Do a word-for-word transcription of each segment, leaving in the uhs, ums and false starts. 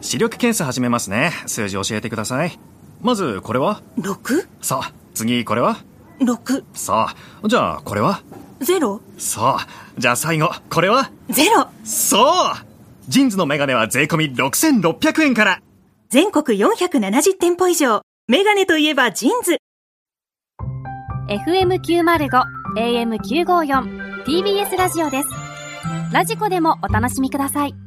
視力検査始めますね。数字教えてください。まずこれはろく? さあ次これはろく。 さあじゃあこれはゼロ。 さあじゃあ最後これはゼロ。 そうジンズのメガネは税込みろくせんろっぴゃくえんから。 全国よんひゃくななじゅってんぽ以上。メガネといえばジンズ。 エフエムきゅうまるご エーエムきゅうごよん ティービーエス ラジオです。ラジコでもお楽しみください。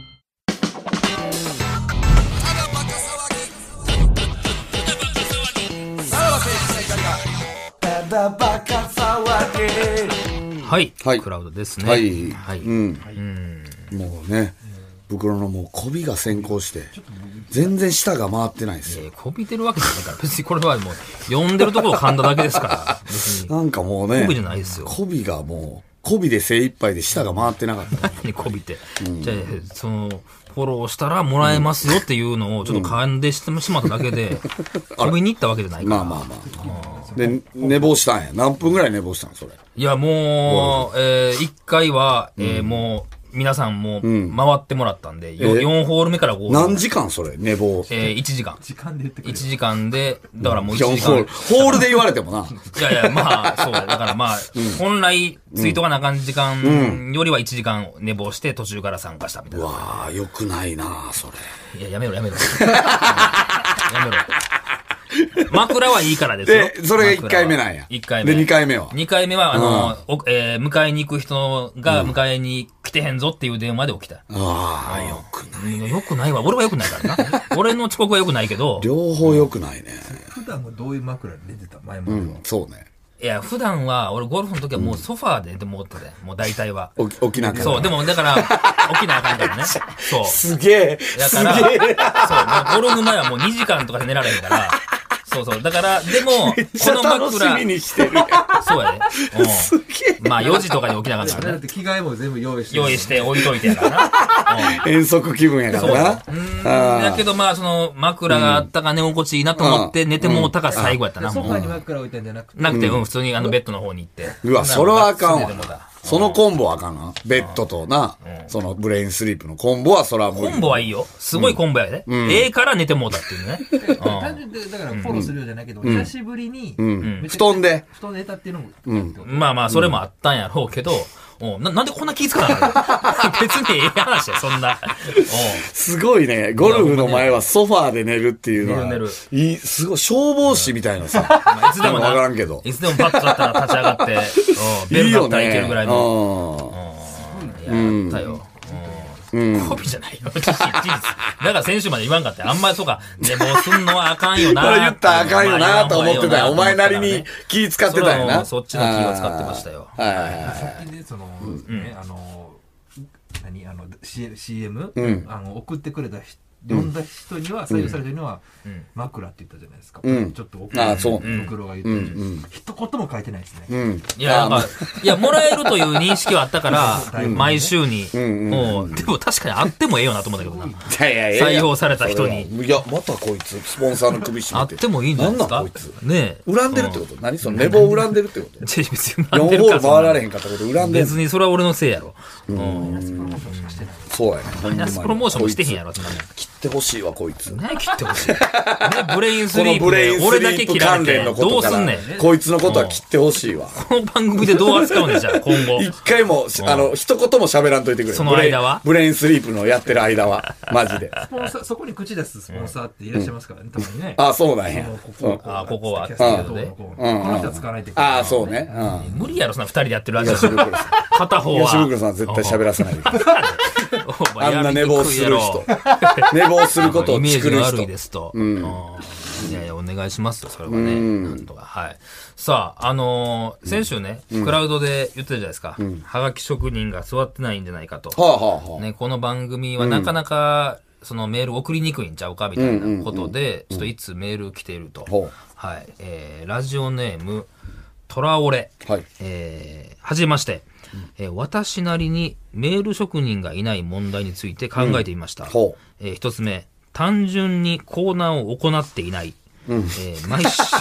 はい、 はい、 クラウドですね。 はい、 はい、 うん、うん、もうね、袋のもう媚びが先行して全然舌が回ってないですよ。 えー、こびてるわけじゃないから別にこれはもう読んでるところを噛んだだけですから別になんかもうね、 こびじゃないですよ。 こびがもうこびで精一杯で舌が回ってなかった。 何こびて、うん、じゃあそのフォローしたらもらえますよっていうのをちょっと噛んでしてしまっただけで、こびに行ったわけじゃないから。 まあまあまあ。で、寝坊したんや。何分ぐらい寝坊したのそれ。 いや、もう、えー、いっかいは、えー、もう、皆さんも回ってもらったんで、うん、よんホール目からごホール。 何時間それ寝坊。 えー、いちじかん。 時間で言ってくれ。 いちじかんで、だからもういちじかん。 ホール。ホールで言われてもな。 いやいや、まあ、そう。だからまあ、うん、本来、ツイートがなあかん時間よりはいちじかん寝坊して途中から参加したみたいな。 うわー、よくないなそれ。 いや、やめろやめろ。やめろ。枕はいいからですよ。 で、それがいっかいめなんや。 いっかいめ。 で、にかいめは ? に 回目は、あの、うん、えー、迎えに行く人が迎えに来てへんぞっていう電話で起きた。 うん、ああ、よくない。 よくないわ。俺はよくないからな。俺の遅刻はよくないけど。 両方よくないね。 普段はどういう枕で寝てた前までは、うん、 そうね。 いや、普段は、俺ゴルフの時はもうソファーで寝てもってて、もう大体は。 起きなあかん。 そう、でもだから、起きなあかんからね。そう。 すげえ。 だから、そう、ゴルフ前はもうにじかんとかで寝られへんから、そうそう。だから、でも、この枕。 楽しみにしてる。 そうやで。うん。すげえ。まあよじとかに起きなかったからね。 だって着替えも全部用意して。 用意して置いといてやからな。 うん。遠足気分やからな。 そう。うん。だけどまあ、その、枕があったか寝心地いいなと思って寝てもうたが最後やったな。 ソファに枕置いたんじゃなくて。 なくて、うん、普通にあのベッドの方に行って。 うわ、それはあかんわ。そのコンボはあかんな。ベッドとな、そのブレインスリープのコンボはそら無理。 コンボはいいよ。すごいコンボやで。ええから寝てもうたっていうね。 単純で、だからフォローするようじゃないけど、久しぶりに、 布団で。 布団で寝たっていうのも。 まあまあ、それもあったんやろうけど、な, なんでこんな気遣わないの別にええ話や、そんな。 すごいね。ゴルフの前はソファーで寝るっていうのは。寝る寝る。いい、すごい、消防士みたいなさ。 まあ、いつでもわからんけど。 いつでもパッとだったら立ち上がって、ベルだったらいけるぐらいの。いいよね。やったよ。コビじゃないよ。事実。だから選手まで言わんかって、あんまりそうか、寝坊すんのはあかんよな。 これ言ったらあかんよなと思ってたよ。お前なりに気使ってたよな。 そっちの気を使ってましたよ。 はいはいはい。さっきね、その、ね、あの、何、あの、シーエム、あの、送ってくれた人、呼んだ人には、採用された人には、枕って言ったじゃないですか。ちょっと奥に袋が言ってる。一言も書いてないですね。 いや、なんか、いや、もらえるという認識はあったから、毎週に。もう、でも確かにあってもええよなと思ったけどな。採用された人に。 いや、またこいつ、スポンサーの首絞めて。 あってもいいんじゃないですか。 なんなんこいつ。 ねえ。 恨んでるってこと？何その寝坊恨んでるってこと？ 別に恨んでるか。よんホール回られへんかったこと恨んでる。 別にそれは俺のせいやろ。 そうやね。 マイナスプロモーションもしてへんやろ、そんなの。 切ってほしいわ、こいつ。 何切ってほしい。ブレインスリープで俺だけ切られてどうすんねん。 こいつのことは切ってほしいわ。 この番組でどう扱うねん、じゃあ、今後。 一回も、あの、一言も喋らんといてくれ。 その間はブレインスリープのやってる間は。マジで。 スポンサー、そこに口出すスポンサーっていらっしゃいますからね、たまにね。 あ、そうなんや。 あ、ここは。 この人は使わないといけない。 あ、そうね。 無理やろ、そんな二人でやってるわけだし。片方は。 東袋さんは絶対喋らさないでください。あんな寝坊する人。寝坊することを作る人。 イメージが悪いですと。いやいや、お願いしますよ、それはね。なんとか。はい。さあ、あのー、先週ね、クラウドで言ってたじゃないですか。はがき職人が座ってないんじゃないかと。ね、この番組はなかなか、そのメール送りにくいんちゃうかみたいなことで、ちょっといつメール来ていると。はい。えー、ラジオネーム、トラオレ。はい。えー、はじめまして。えー、私なりにメール職人がいない問題について考えてみました。うん、えー、一つ目、単純にコーナーを行っていない。うん、えー、毎週、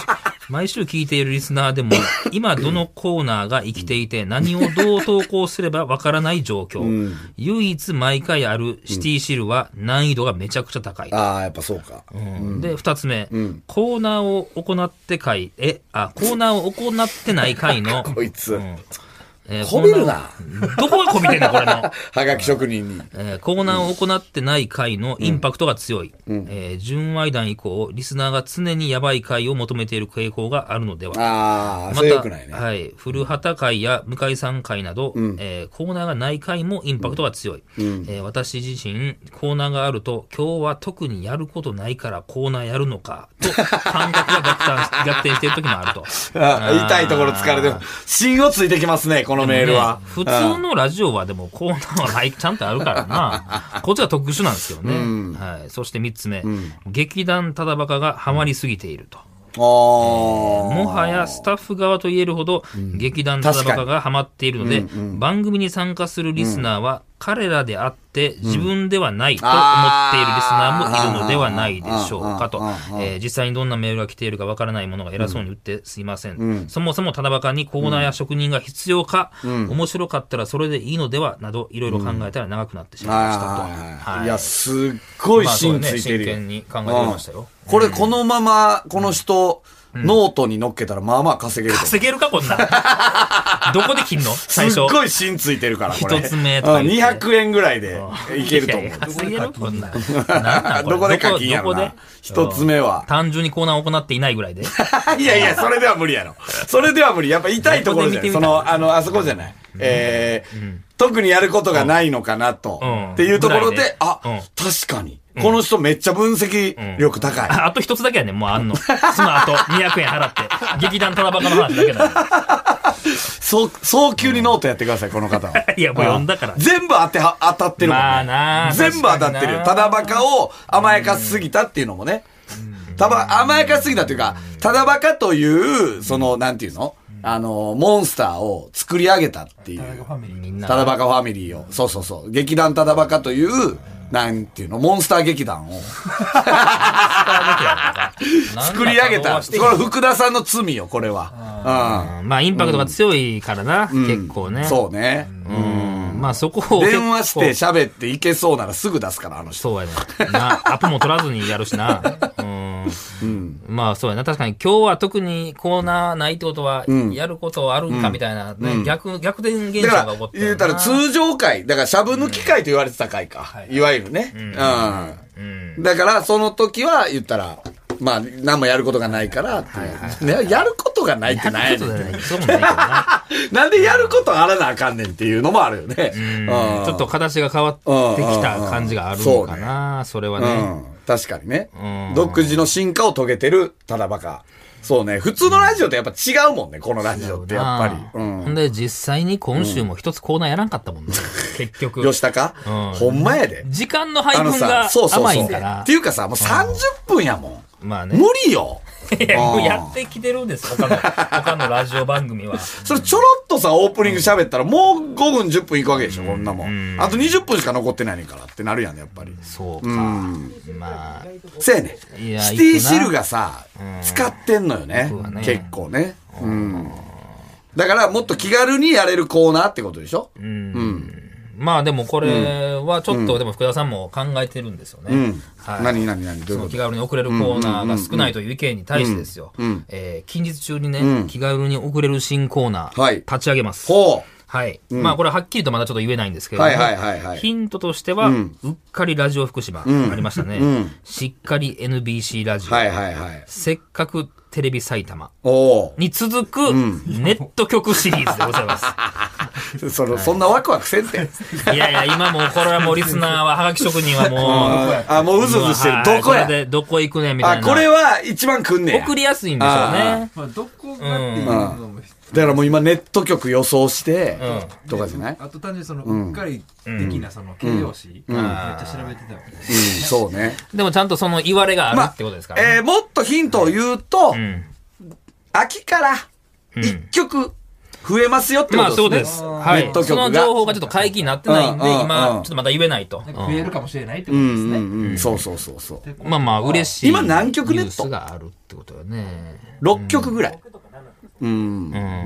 毎週聞いているリスナーでも、今どのコーナーが生きていて、何をどう投稿すればわからない状況。うん、唯一毎回あるシティシルは難易度がめちゃくちゃ高い。 ああ、やっぱそうか。 うん、で、二つ目、うん、コーナーを行って回、え、あ、コーナーを行ってない回の、 こいつ。うんえー、 こびるな。 どこがこびてんのこれの。はがき職人に、 えー。コーナーを行ってない回のインパクトが強い。うんえー、純愛談以降、リスナーが常にヤバい回を求めている傾向があるのでは。 ああ、 また、 それ良くないね。 はい。古畑回や向井さん回など、うんえー、コーナーがない回もインパクトが強い。うんえー、私自身、コーナーがあると、今日は特にやることないからコーナーやるのか、と感覚が逆転、逆転している時もあると。 あ痛いところ疲れても、芯をついてきますね、このメールは。 普通のラジオはでもコーナーはないちゃんとあるからな。こっちは特殊なんですよね。うんはい、そしてみっつめ、うん、劇団ただバカがハマりすぎていると。えー、もはやスタッフ側と言えるほど、うん、劇団ただバカがハマっているので、うんうん、番組に参加するリスナーは彼らであって自分ではないと思っているリスナーもいるのではないでしょうかと、えー、実際にどんなメールが来ているかわからないものが偉そうに言ってすいません、うん、そもそもただバカにコーナーや職人が必要か、うん、面白かったらそれでいいのではなどいろいろ考えたら長くなってしまいましたと、 うんはい、いやすっごい芯ついてるよ、 まあね、真剣に考えてみましたよ。 これこのままこの人、うん、ノートに乗っけたらまあまあ稼げる。 稼げるかこんな。どこで切んの最初。 すっごい芯ついてるからこれ。 一つ目とか。 にひゃくえんぐらいでいけると思う。 いやいや稼げるこんな。 どこで課金やろな。一つ目は。 単純にコーナーを行っていないぐらいで。 いやいや、それでは無理やろ。それでは無理。やっぱ痛いところじゃない。その、あの、あそこじゃない。えー、特にやることがないのかなと。っていうところで、あ、確かに。この人めっちゃ分析力高い。 うん、あ, あと一つだけやねん、もうあんの。その後にひゃくえん払って。劇団ただバカの話だけだよ。 そう、早急にノートやってください、この方は。 いや、もう読んだから。 全部当ては、当たってるもんね。 まあな全部当たってるよ。ただバカを甘やかしすぎたっていうのもね。たば、甘やかしすぎたっていうか、ただバカという、その、なんていうのあの、モンスターを作り上げたっていう。ただバカファミリーを。そうそうそう。劇団ただバカという、なんていうの、モンスター劇団を。作り上げた。これ福田さんの罪よ、これは。 うん、まあ、インパクトが強いからな、うん、結構ね。 そうね。 うん。まあ、そこを。 電話して喋っていけそうならすぐ出すから、あの人。 そうやね。な、アポも取らずにやるしな。うん。うん、まあ、そうやな。確かに今日は特にコーナーないってことは、やることあるんかみたいな、ねうん、逆、逆転現象が起こってる。 言うたら通常回、だからシャブ抜き回と言われてた回か。うん、いわゆるね。うん。うん、だから、その時は言ったら、まあ、何もやることがないから、はいはい、やることがないって何やねん。やることないそうもないけどな。なんでやることあらなあかんねんっていうのもあるよね。 うん、ちょっと形が変わってきた感じがあるのかな、それはね、うん。 確かにね。独自の進化を遂げてるただバカ。そうね。普通のラジオとやっぱ違うもんね、このラジオってやっぱり。 うん。ほんで、実際に今週も一つコーナーやらんかったもんね。結局。 吉高、うん、ほんまやで。 時間の配分が甘いんかな。 っていうかさ、もうさんじゅっぷんやもん。 まあね。 無理よ。 いや、もうやってきてるんです、他の、他のラジオ番組は。 それちょろっとさ、オープニング喋ったらもうごふんじゅっぷんいくわけでしょ、こんなもん。あとにじゅっぷんしか残ってないねんからってなるやんね、やっぱり。 そうか。うん、まあ。 せやね。シティシルがさ、使ってんのよね。結構ね。うん。だからもっと気軽にやれるコーナーってことでしょ。うん。うんまあでもこれはちょっとでも福田さんも考えてるんですよね。うん、 はい、何何何どういうこと？ その気軽に送れるコーナーが少ないという意見に対してですよ。うんうんえー、近日中にね、うん、気軽に送れる新コーナー、はい、立ち上げます。ほう。はい。うん、まあこれははっきりとまだちょっと言えないんですけれども、はいはいはいはい、ヒントとしては、うん、うっかりラジオ福島、うん、ありましたね、うん。しっかり エヌビーシー ラジオ、はいはいはい、せっかくテレビ埼玉に続くネット局シリーズでございます。 その、はい、そんなワクワクせんて。 いやいや、今もうこれはもうリスナーは、はがき職人はもう、 あ、もううずうずしてる。どこやでどこ行くねんみたいな。 あ、これは一番来んねん。 送りやすいんでしょうね。 まあ、どこがっていうのも、 だからもう今ネット局予想して、うん、とかじゃない？ あと単純にその、うっかり的なその形容詞、うんうん、めっちゃ調べてたよね。 うん、そうね。 でもちゃんとその言われがあるってことですからね。 まあ、えー、もっとヒントを言うと、はいうん、秋から一曲、 増えますよってまあことですね。 そうです。はい。 ネット局そが。 の情報がちょっと解禁になってないんで、 うんうんうん今、ちょっとまだ言えないと。 増えるかもしれないってことですね。 うんうんうん。そうそうそうそう。 まあまあ、嬉しい。 今何曲ネットニュースがあるってことよね。 ろっきょくぐらい。うん。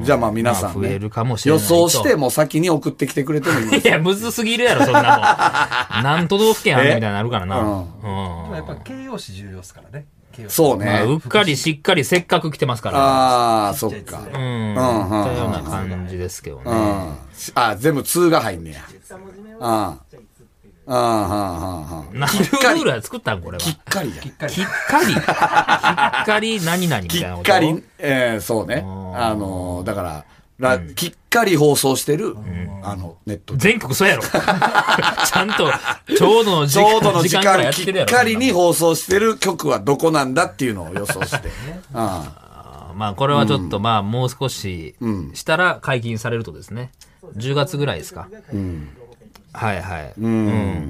じゃあまあ皆さん増えねるかもしれないと。 予想してもう先に送ってきてくれてもいいです。 いや、むずすぎるやろ、そんなもん。何都道府県あるみたいになるからな。 うんでもやっぱ形容詞重要ですからね。形容詞そうまあ、 ね。 うっかりしっかりせっかく来てますから。 ああ、そっか。 うん。 うんったような感じですけどね。 うん。あ、全部通が入んねや。うん。うん、うん、うん、うん。 何ルールは作ったんこれは。 きっかりだ。 きっかりきっかり。きっかり何々みたきいなこと。 っかり、えー、そうね。あのー、だから、らきっかり放送してる、あの、ネットで。 全国そうやろ。ちゃんと、ちょうどの時ちょうどの時間からや間、きっってるやろ。 かりに放送してる曲はどこなんだっていうのを予想して。うん。 まあ、これはちょっと、まあ、もう少ししたら解禁されるとですね。じゅうがつぐらいですか。うん。はいはい。うん。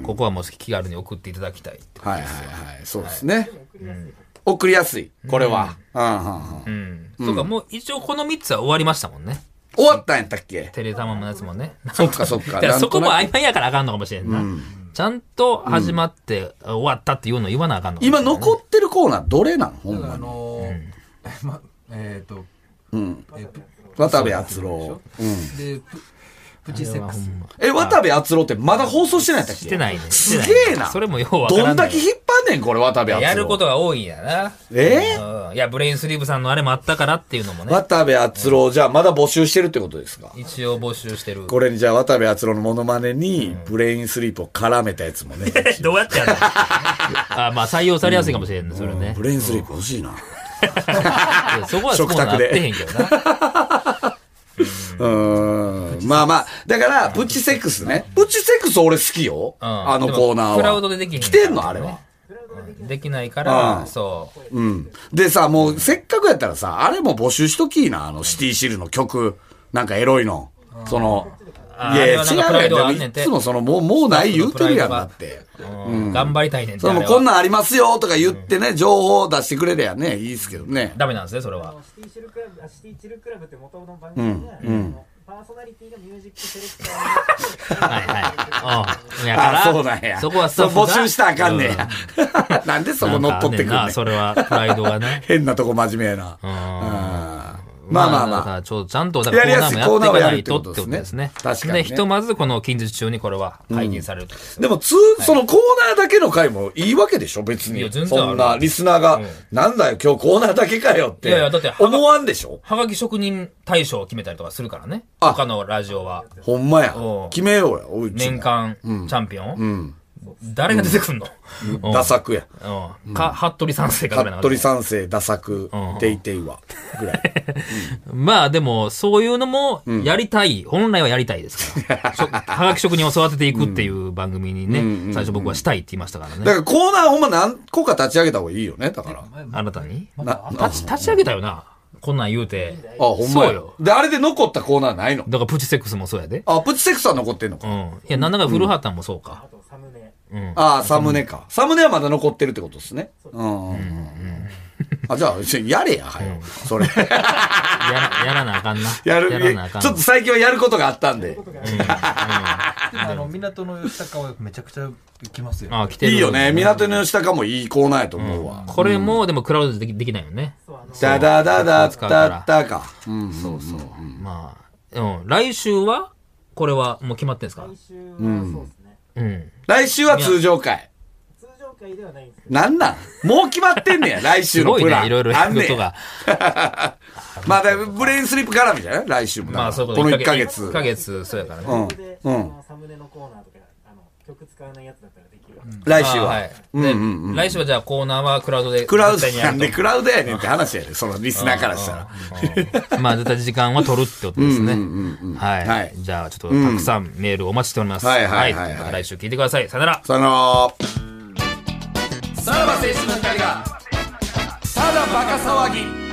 ここはもう気軽に送っていただきたい。 はいはいはい。そうですね。送りやすい。これは。うんうんうん。 うん。そうか、もう一応このみっつは終わりましたもんね。 終わったんやったっけ？ テレタマのやつもね。 そっかそっか。 だからそこもなんとなく曖昧やからあかんのかもしれんな。ちゃんと始まって終わったっていうのを言わなあかんのかもしれんな。 今残ってるコーナーどれなんほんまあに。 のーま、えっと、 うん。 えープ渡部篤郎。うん。 で、ププチセックス。 え、渡部篤郎ってまだ放送してないんだっけ？ してないね。 すげえな。 それもようわからんねん。 どんだけ引っ張んねん、これ、渡部篤郎。 やることが多いんやな。 えうんいや、ブレインスリーブさんのあれもあったからっていうのもね。 渡部篤郎、じゃあまだ募集してるってことですか？ 一応募集してる。 これにじゃあ渡部篤郎のモノマネに、ブレインスリープを絡めたやつもね。 どうやってやるのあまあ採用されやすいかもしれんね、それね。 ブレインスリープ欲しいな。 いやそこはそこはなってへんけどな。 うーん。まあまあ、だから、プチセックスね。プチセックス俺好きよ。 うんあのコーナーは。 クラウドでできへん来てんのあれは。 できないから、 うんそう。 うん。でさ、もうせっかくやったらさ、あれも募集しときいな、あの、シティシルの曲。なんかエロいの。その、 あいやいや、 あれはなんかプライドはあ違うやん。 んねんていつもその、もう、もうない言うてるやんだって。 うん頑張りたいねんってその、 あれはこんなんありますよとか言ってね、情報を出してくれりゃね、いいですけどね。 ダメなんですね、それは。 シティチルクラブ、あシティチルクラブって元々の番組が、あのパーソナリティがミュージックセレクターになってはいはい。うん。やから、 あ、そうなんや。 そこはスタッフがそう募集したらあかんねや。なんでそこ乗っ取ってくんねん。 なんかあんねんなそれは、プライドがね。 変なとこ真面目な。 うんまあまあまあだからちょっとちゃんとだからコーナーもやっていかないとってことですね。 確かにねで、ひとまずこの近日中にこれは解禁されると。 でも、つ、そのコーナーだけの回もいいわけでしょ別に。 いや全然あるそんな、リスナーが、 うんなんだよ、今日コーナーだけかよって。 いやいやだって思わんでしょはがき職人大賞を決めたりとかするからね。 あ他のラジオは。 ほんまやお。う決めようや、おうちも年間チャンピオン、 うん。 誰が出てくんの、うんダサくや。 うんか、服部三世かぐらいな服部三世、ダサく、デイテイは。ぐらい。 まあでも、そういうのもやりたい、本来はやりたいですから。しょはがき職人を育てていくっていう番組にね、最初僕はしたいって言いましたからね。 だからコーナーほんま何個か立ち上げた方がいいよね、だから。 あなたにな、 立ち、立ち上げたよな。こんなん言うて。 あ、ほんまやそうよ。 で、あれで残ったコーナーないのだからプチセックスもそうやで。 あ、プチセックスは残ってんのか。 うん。いや、なんだか古畑もそうか。 サムネ。 うん。 ああ、サムネか。サムネはまだ残ってるってことですね。うん。あ、じゃあ、やれや、はよ。それ。 やら、やらなあかんな。 やる、 やらなあかんちょっと最近はやることがあったんで。 あの、港の吉高はめちゃくちゃ行きますよ。 あ、来てる。 いいよね。港の吉高もいいコーナーやと思うわ。 これも、でもクラウドでできできないよね。 ダダダダダダか。うん。 そうそう。まあ、うん。来週はこれはもう決まってんですか？ 来週はそうですね。 うん。 来週は通常回。 通常回ではないんですけど、 なんなんもう決まってんねや、来週すごいのプラン。 ね、いろいろやることあんねや。 が。 まあ、だいぶブレインスリップ絡みじゃない来週も。 まあ、そういうこ。 ことのいっいっかげつ。 いっかげつ、そうやからね。 うんここで、 うんあのサムネのコーナーとか、あの曲使わないやつだったらできる。 来週は。 あはい。 うんでうんうん。 来週はじゃあコーナーはクラウドで。 クラウド絶対にやるとなんでクラウドやねんって話やで、そのリスナーからしたら。 うんまあ、絶対時間は取るってことですね。 うんうんうんうんははいい。じゃあ、ちょっとたくさんメールお待ちしております。 はいはいはいはいまた来週聞いてください。さよなら。 その、さらば青春の光が、ただバカ騒ぎ。